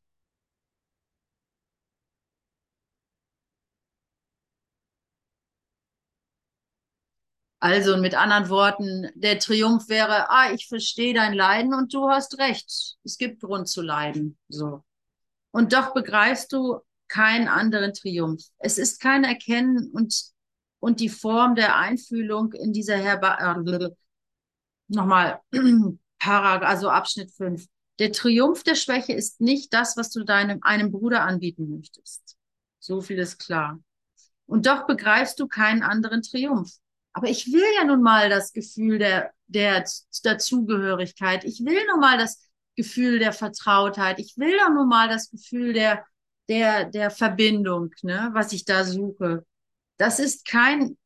Also mit anderen Worten, der Triumph wäre, ich verstehe dein Leiden und du hast recht. Es gibt Grund zu leiden. So. Und doch begreifst du keinen anderen Triumph. Es ist kein Erkennen und die Form der Einfühlung in dieser nochmal, also Abschnitt 5. Der Triumph der Schwäche ist nicht das, was du einem Bruder anbieten möchtest. So viel ist klar. Und doch begreifst du keinen anderen Triumph. Aber ich will ja nun mal das Gefühl der Dazugehörigkeit. Ich will nun mal das Gefühl der Vertrautheit. Ich will doch nun mal das Gefühl der Verbindung, ne, was ich da suche. Das ist kein,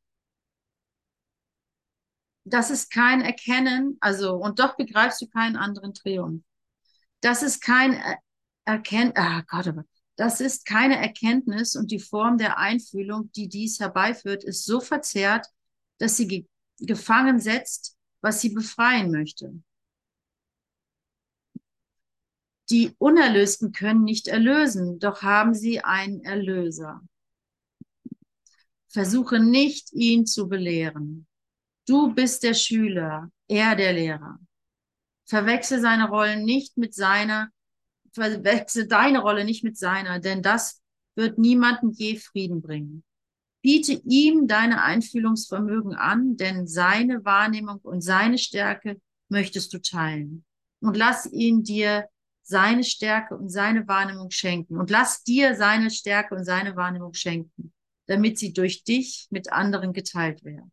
das ist kein Erkennen, also, und doch begreifst du keinen anderen Triumph. Das ist kein Gott, das ist keine Erkenntnis und die Form der Einfühlung, die dies herbeiführt, ist so verzerrt, dass sie gefangen setzt, was sie befreien möchte. Die Unerlösten können nicht erlösen, doch haben sie einen Erlöser. Versuche nicht, ihn zu belehren. Du bist der Schüler, er der Lehrer. Verwechsel seine Rollen nicht mit seiner Verwechsel deine Rolle nicht mit seiner, denn das wird niemandem je Frieden bringen. Biete ihm deine Einfühlungsvermögen an, denn seine Wahrnehmung und seine Stärke möchtest du teilen. Und lass ihn dir seine Stärke und seine Wahrnehmung schenken. Und lass dir seine Stärke und seine Wahrnehmung schenken, damit sie durch dich mit anderen geteilt werden.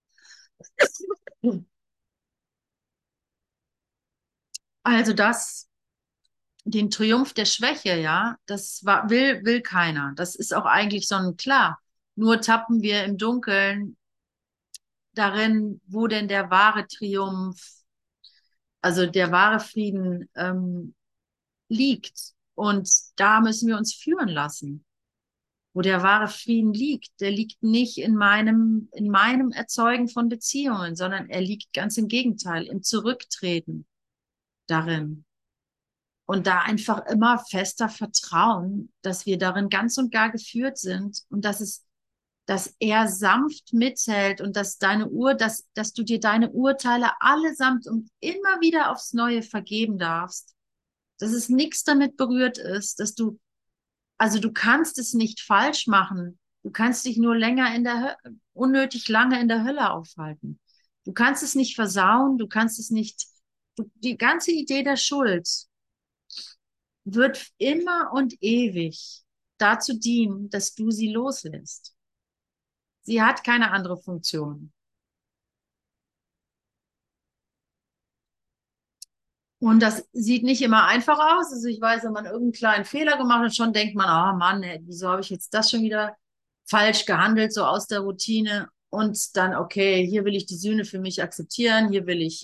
Also den Triumph der Schwäche, ja, will keiner. Das ist auch eigentlich sonnenklar. Nur tappen wir im Dunkeln darin, wo denn der wahre Triumph Also der wahre Frieden liegt. Und da müssen wir uns führen lassen. Wo der wahre Frieden liegt, der liegt nicht in meinem Erzeugen von Beziehungen, sondern er liegt ganz im Gegenteil, im Zurücktreten darin. Und da einfach immer fester Vertrauen, dass wir darin ganz und gar geführt sind und dass er sanft mithält und dass dass du dir deine Urteile allesamt und immer wieder aufs Neue vergeben darfst, dass es nichts damit berührt ist, also du kannst es nicht falsch machen. Du kannst dich nur unnötig lange in der Hölle aufhalten. Du kannst es nicht versauen, du kannst es nicht, die ganze Idee der Schuld wird immer und ewig dazu dienen, dass du sie loslässt. Sie hat keine andere Funktion. Und das sieht nicht immer einfach aus. Also ich weiß, wenn man irgendeinen kleinen Fehler gemacht hat, schon denkt man, oh Mann, ey, wieso habe ich jetzt das schon wieder falsch gehandelt, so aus der Routine. Und dann, okay, hier will ich die Sühne für mich akzeptieren, hier will ich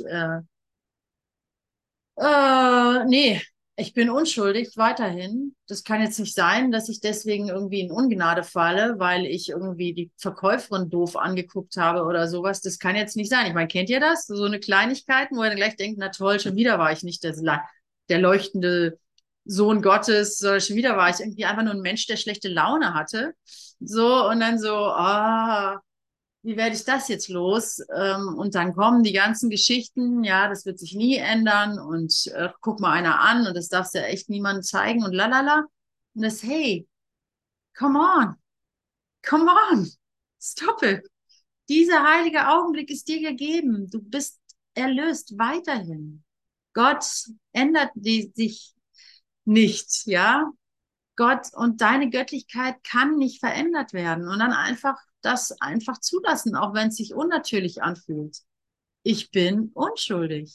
nee, ich bin unschuldig weiterhin. Das kann jetzt nicht sein, dass ich deswegen irgendwie in Ungnade falle, weil ich irgendwie die Verkäuferin doof angeguckt habe oder sowas. Das kann jetzt nicht sein. Ich meine, kennt ihr das? So eine Kleinigkeiten, wo ihr dann gleich denkt, na toll, schon wieder war ich nicht der leuchtende Sohn Gottes, schon wieder war ich irgendwie einfach nur ein Mensch, der schlechte Laune hatte. So, und dann so, wie werde ich das jetzt los? Und dann kommen die ganzen Geschichten, ja, das wird sich nie ändern und guck mal einer an und das darfst du ja echt niemandem zeigen und lalala. Und das, hey, come on, come on, stop it. Dieser heilige Augenblick ist dir gegeben. Du bist erlöst weiterhin. Gott sich nicht, ja. Gott und deine Göttlichkeit kann nicht verändert werden. Und dann einfach das einfach zulassen, auch wenn es sich unnatürlich anfühlt. Ich bin unschuldig.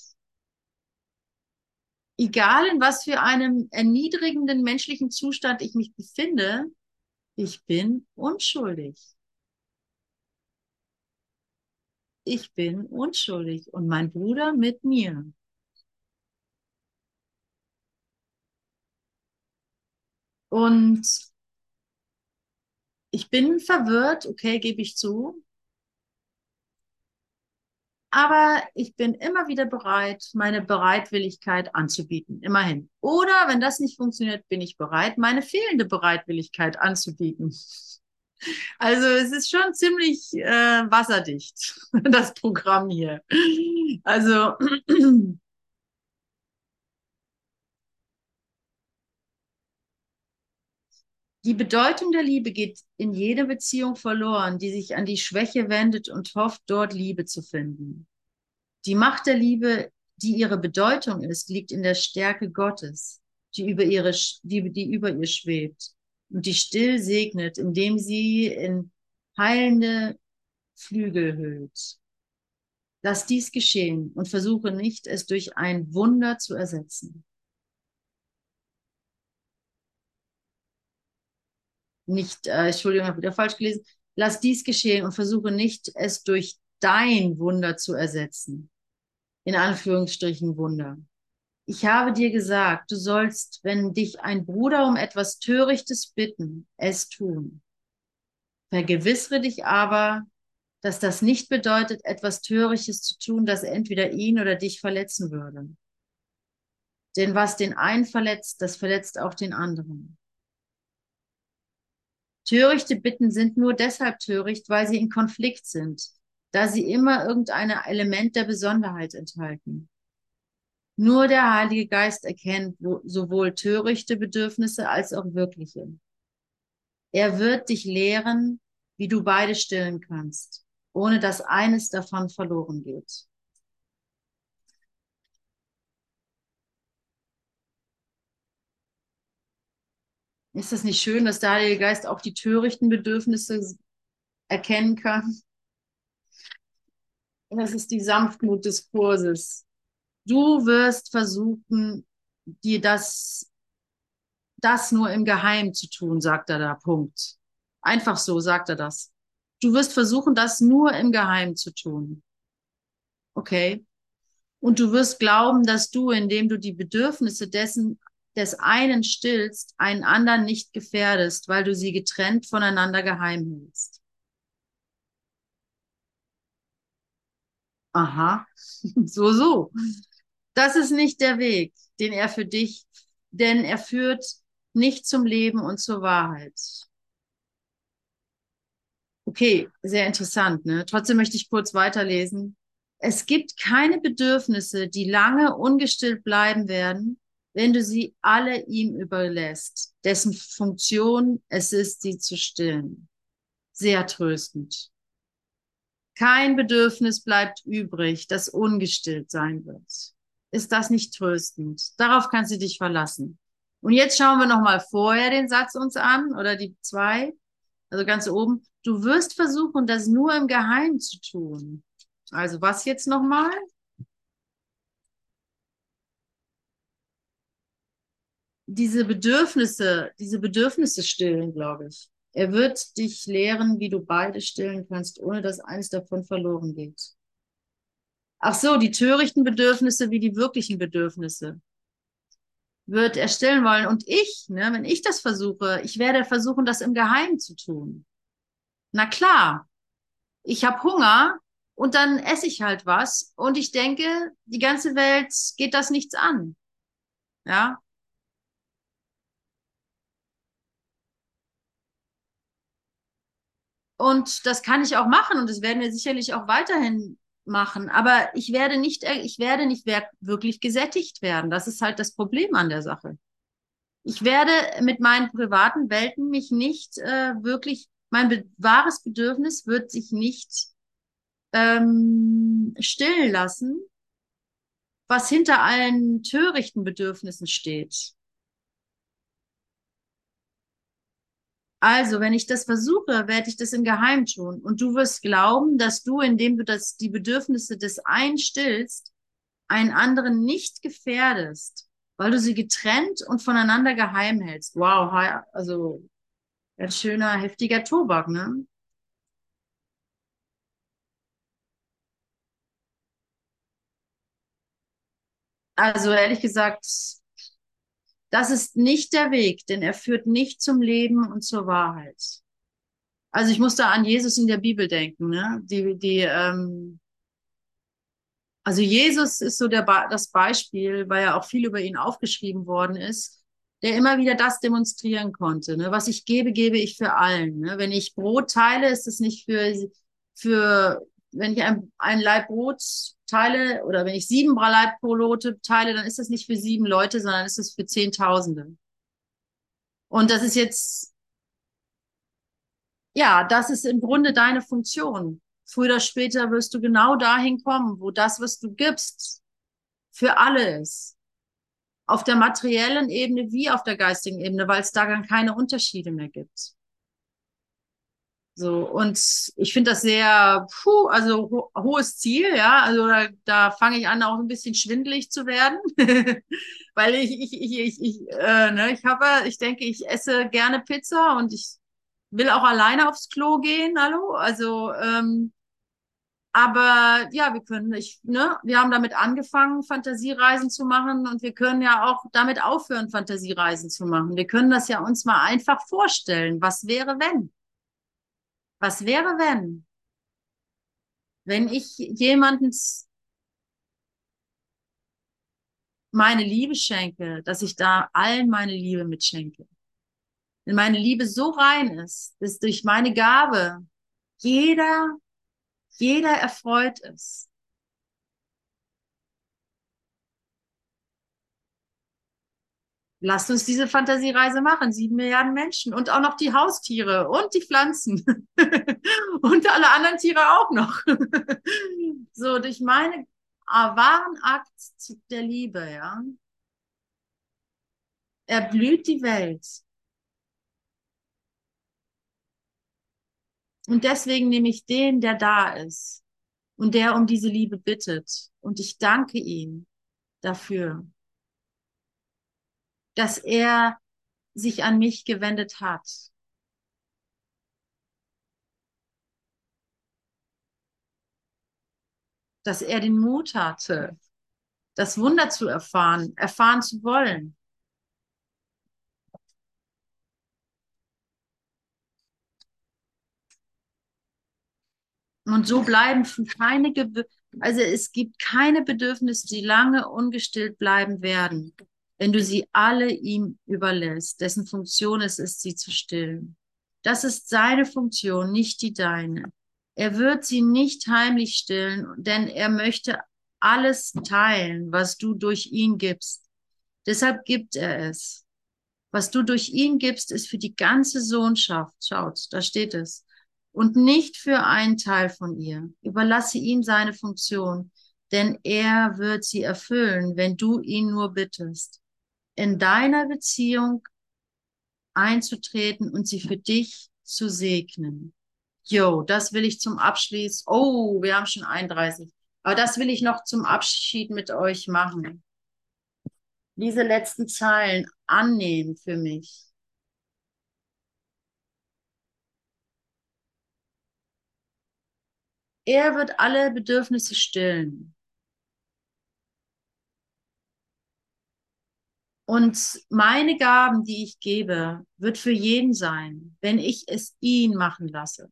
Egal in was für einem erniedrigenden menschlichen Zustand ich mich befinde, ich bin unschuldig. Ich bin unschuldig und mein Bruder mit mir. Und ich bin verwirrt, okay, gebe ich zu. Aber ich bin immer wieder bereit, meine Bereitwilligkeit anzubieten. Immerhin. Oder wenn das nicht funktioniert, bin ich bereit, meine fehlende Bereitwilligkeit anzubieten. Also es ist schon ziemlich wasserdicht, das Programm hier. Also die Bedeutung der Liebe geht in jeder Beziehung verloren, die sich an die Schwäche wendet und hofft, dort Liebe zu finden. Die Macht der Liebe, die ihre Bedeutung ist, liegt in der Stärke Gottes, die über ihr schwebt und die still segnet, indem sie in heilende Flügel hüllt. Lass dies geschehen und versuche nicht, es durch ein Wunder zu ersetzen. Nicht, Entschuldigung, habe wieder falsch gelesen. Lass dies geschehen und versuche nicht, es durch dein Wunder zu ersetzen. In Anführungsstrichen Wunder. Ich habe dir gesagt, du sollst, wenn dich ein Bruder um etwas Törichtes bitten, es tun. Vergewissere dich aber, dass das nicht bedeutet, etwas Törichtes zu tun, das entweder ihn oder dich verletzen würde. Denn was den einen verletzt, das verletzt auch den anderen. Törichte Bitten sind nur deshalb töricht, weil sie in Konflikt sind, da sie immer irgendein Element der Besonderheit enthalten. Nur der Heilige Geist erkennt sowohl törichte Bedürfnisse als auch wirkliche. Er wird dich lehren, wie du beide stillen kannst, ohne dass eines davon verloren geht. Ist das nicht schön, dass der Heilige Geist auch die törichten Bedürfnisse erkennen kann? Das ist die Sanftmut des Kurses. Du wirst versuchen, dir das nur im Geheimen zu tun, sagt er da. Punkt. Einfach so sagt er das. Du wirst versuchen, das nur im Geheimen zu tun. Okay? Und du wirst glauben, dass du, indem du die Bedürfnisse des einen stillst, einen anderen nicht gefährdest, weil du sie getrennt voneinander geheim hältst. Aha, so, so. Das ist nicht der Weg, den er für dich, denn er führt nicht zum Leben und zur Wahrheit. Okay, sehr interessant, ne? Trotzdem möchte ich kurz weiterlesen. Es gibt keine Bedürfnisse, die lange ungestillt bleiben werden, wenn du sie alle ihm überlässt, dessen Funktion es ist, sie zu stillen. Sehr tröstend. Kein Bedürfnis bleibt übrig, das ungestillt sein wird. Ist das nicht tröstend? Darauf kannst du dich verlassen. Und jetzt schauen wir nochmal vorher den Satz uns an oder die zwei, also ganz oben. Du wirst versuchen, das nur im Geheimen zu tun. Also was jetzt nochmal? Diese Bedürfnisse stillen, glaube ich. Er wird dich lehren, wie du beide stillen kannst, ohne dass eines davon verloren geht. Ach so, die törichten Bedürfnisse wie die wirklichen Bedürfnisse wird er stillen wollen. Und ich, ne, wenn ich das versuche, ich werde versuchen, das im Geheimen zu tun. Na klar, ich habe Hunger und dann esse ich halt was und ich denke, die ganze Welt geht das nichts an. Ja, und das kann ich auch machen und das werden wir sicherlich auch weiterhin machen. Aber ich werde nicht wirklich gesättigt werden. Das ist halt das Problem an der Sache. Ich werde mit meinen privaten Welten mich nicht wirklich, mein be wahres Bedürfnis wird sich nicht stillen lassen, was hinter allen törichten Bedürfnissen steht. Also, wenn ich das versuche, werde ich das im Geheimen tun. Und du wirst glauben, dass du, indem du die Bedürfnisse des einen stillst, einen anderen nicht gefährdest, weil du sie getrennt und voneinander geheim hältst. Wow, also ganz schöner, heftiger Tobak, ne? Also ehrlich gesagt, das ist nicht der Weg, denn er führt nicht zum Leben und zur Wahrheit. Also ich muss da an Jesus in der Bibel denken, ne? Also Jesus ist so das Beispiel, weil ja auch viel über ihn aufgeschrieben worden ist, der immer wieder das demonstrieren konnte. Ne? Was ich gebe, gebe ich für allen. Ne? Wenn ich Brot teile, ist es nicht wenn ich ein Laib Brot teile oder wenn ich 7 Laib Brote teile, dann ist das nicht für 7 Leute, sondern ist es für Zehntausende. Und das ist jetzt, ja, das ist im Grunde deine Funktion. Früher oder später wirst du genau dahin kommen, wo das, was du gibst, für alle ist. Auf der materiellen Ebene wie auf der geistigen Ebene, weil es da dann keine Unterschiede mehr gibt. So, und ich finde das sehr, also hohes Ziel, ja. Also da fange ich an, auch ein bisschen schwindelig zu werden. Weil ich denke, ich esse gerne Pizza und ich will auch alleine aufs Klo gehen, hallo. Also, aber ja, wir haben damit angefangen, Fantasiereisen zu machen und wir können ja auch damit aufhören, Fantasiereisen zu machen. Wir können das ja uns mal einfach vorstellen. Was wäre, wenn? Was wäre, wenn ich jemandem meine Liebe schenke, dass ich da allen meine Liebe mitschenke? Wenn meine Liebe so rein ist, dass durch meine Gabe jeder, jeder erfreut ist. Lasst uns diese Fantasiereise machen. 7 Milliarden Menschen und auch noch die Haustiere und die Pflanzen und alle anderen Tiere auch noch. So, durch meinen wahren Akt der Liebe, ja, erblüht die Welt. Und deswegen nehme ich den, der da ist und der um diese Liebe bittet. Und ich danke ihm dafür, dass er sich an mich gewendet hat, dass er den Mut hatte, das Wunder zu erfahren, erfahren zu wollen. Und so bleiben keine, also es gibt keine Bedürfnisse, die lange ungestillt bleiben werden, wenn du sie alle ihm überlässt, dessen Funktion es ist, sie zu stillen. Das ist seine Funktion, nicht die deine. Er wird sie nicht heimlich stillen, denn er möchte alles teilen, was du durch ihn gibst. Deshalb gibt er es. Was du durch ihn gibst, ist für die ganze Sohnschaft. Schaut, da steht es. Und nicht für einen Teil von ihr. Überlasse ihm seine Funktion, denn er wird sie erfüllen, wenn du ihn nur bittest, in deiner Beziehung einzutreten und sie für dich zu segnen. Jo, das will ich zum Abschluss. Oh, wir haben schon 31. Aber das will ich noch zum Abschied mit euch machen. Diese letzten Zeilen annehmen für mich. Er wird alle Bedürfnisse stillen. Und meine Gaben, die ich gebe, wird für jeden sein, wenn ich es ihn machen lasse.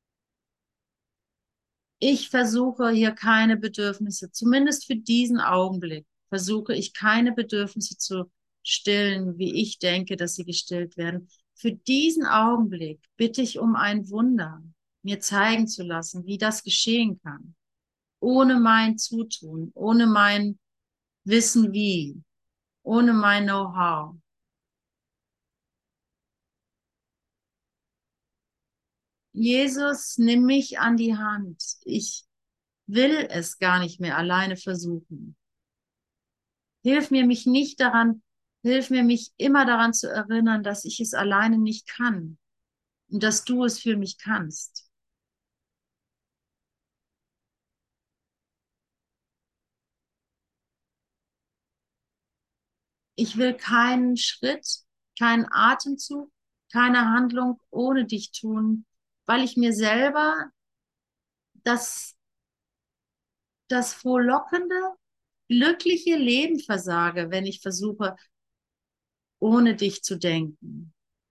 Ich versuche hier keine Bedürfnisse, zumindest für diesen Augenblick, versuche ich keine Bedürfnisse zu stillen, wie ich denke, dass sie gestillt werden. Für diesen Augenblick bitte ich um ein Wunder, mir zeigen zu lassen, wie das geschehen kann, ohne mein Zutun, ohne mein Wissen wie, ohne mein Know-how. Jesus, nimm mich an die Hand. Ich will es gar nicht mehr alleine versuchen. Hilf mir mich nicht daran, hilf mir mich immer daran zu erinnern, dass ich es alleine nicht kann und dass du es für mich kannst. Ich will keinen Schritt, keinen Atemzug, keine Handlung ohne dich tun, weil ich mir selber das, das frohlockende, glückliche Leben versage, wenn ich versuche, ohne dich zu denken,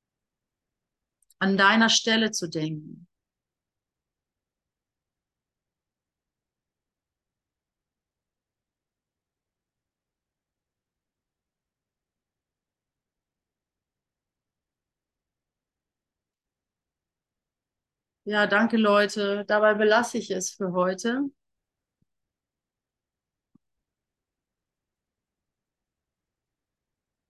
an deiner Stelle zu denken. Ja, danke Leute. Dabei belasse ich es für heute.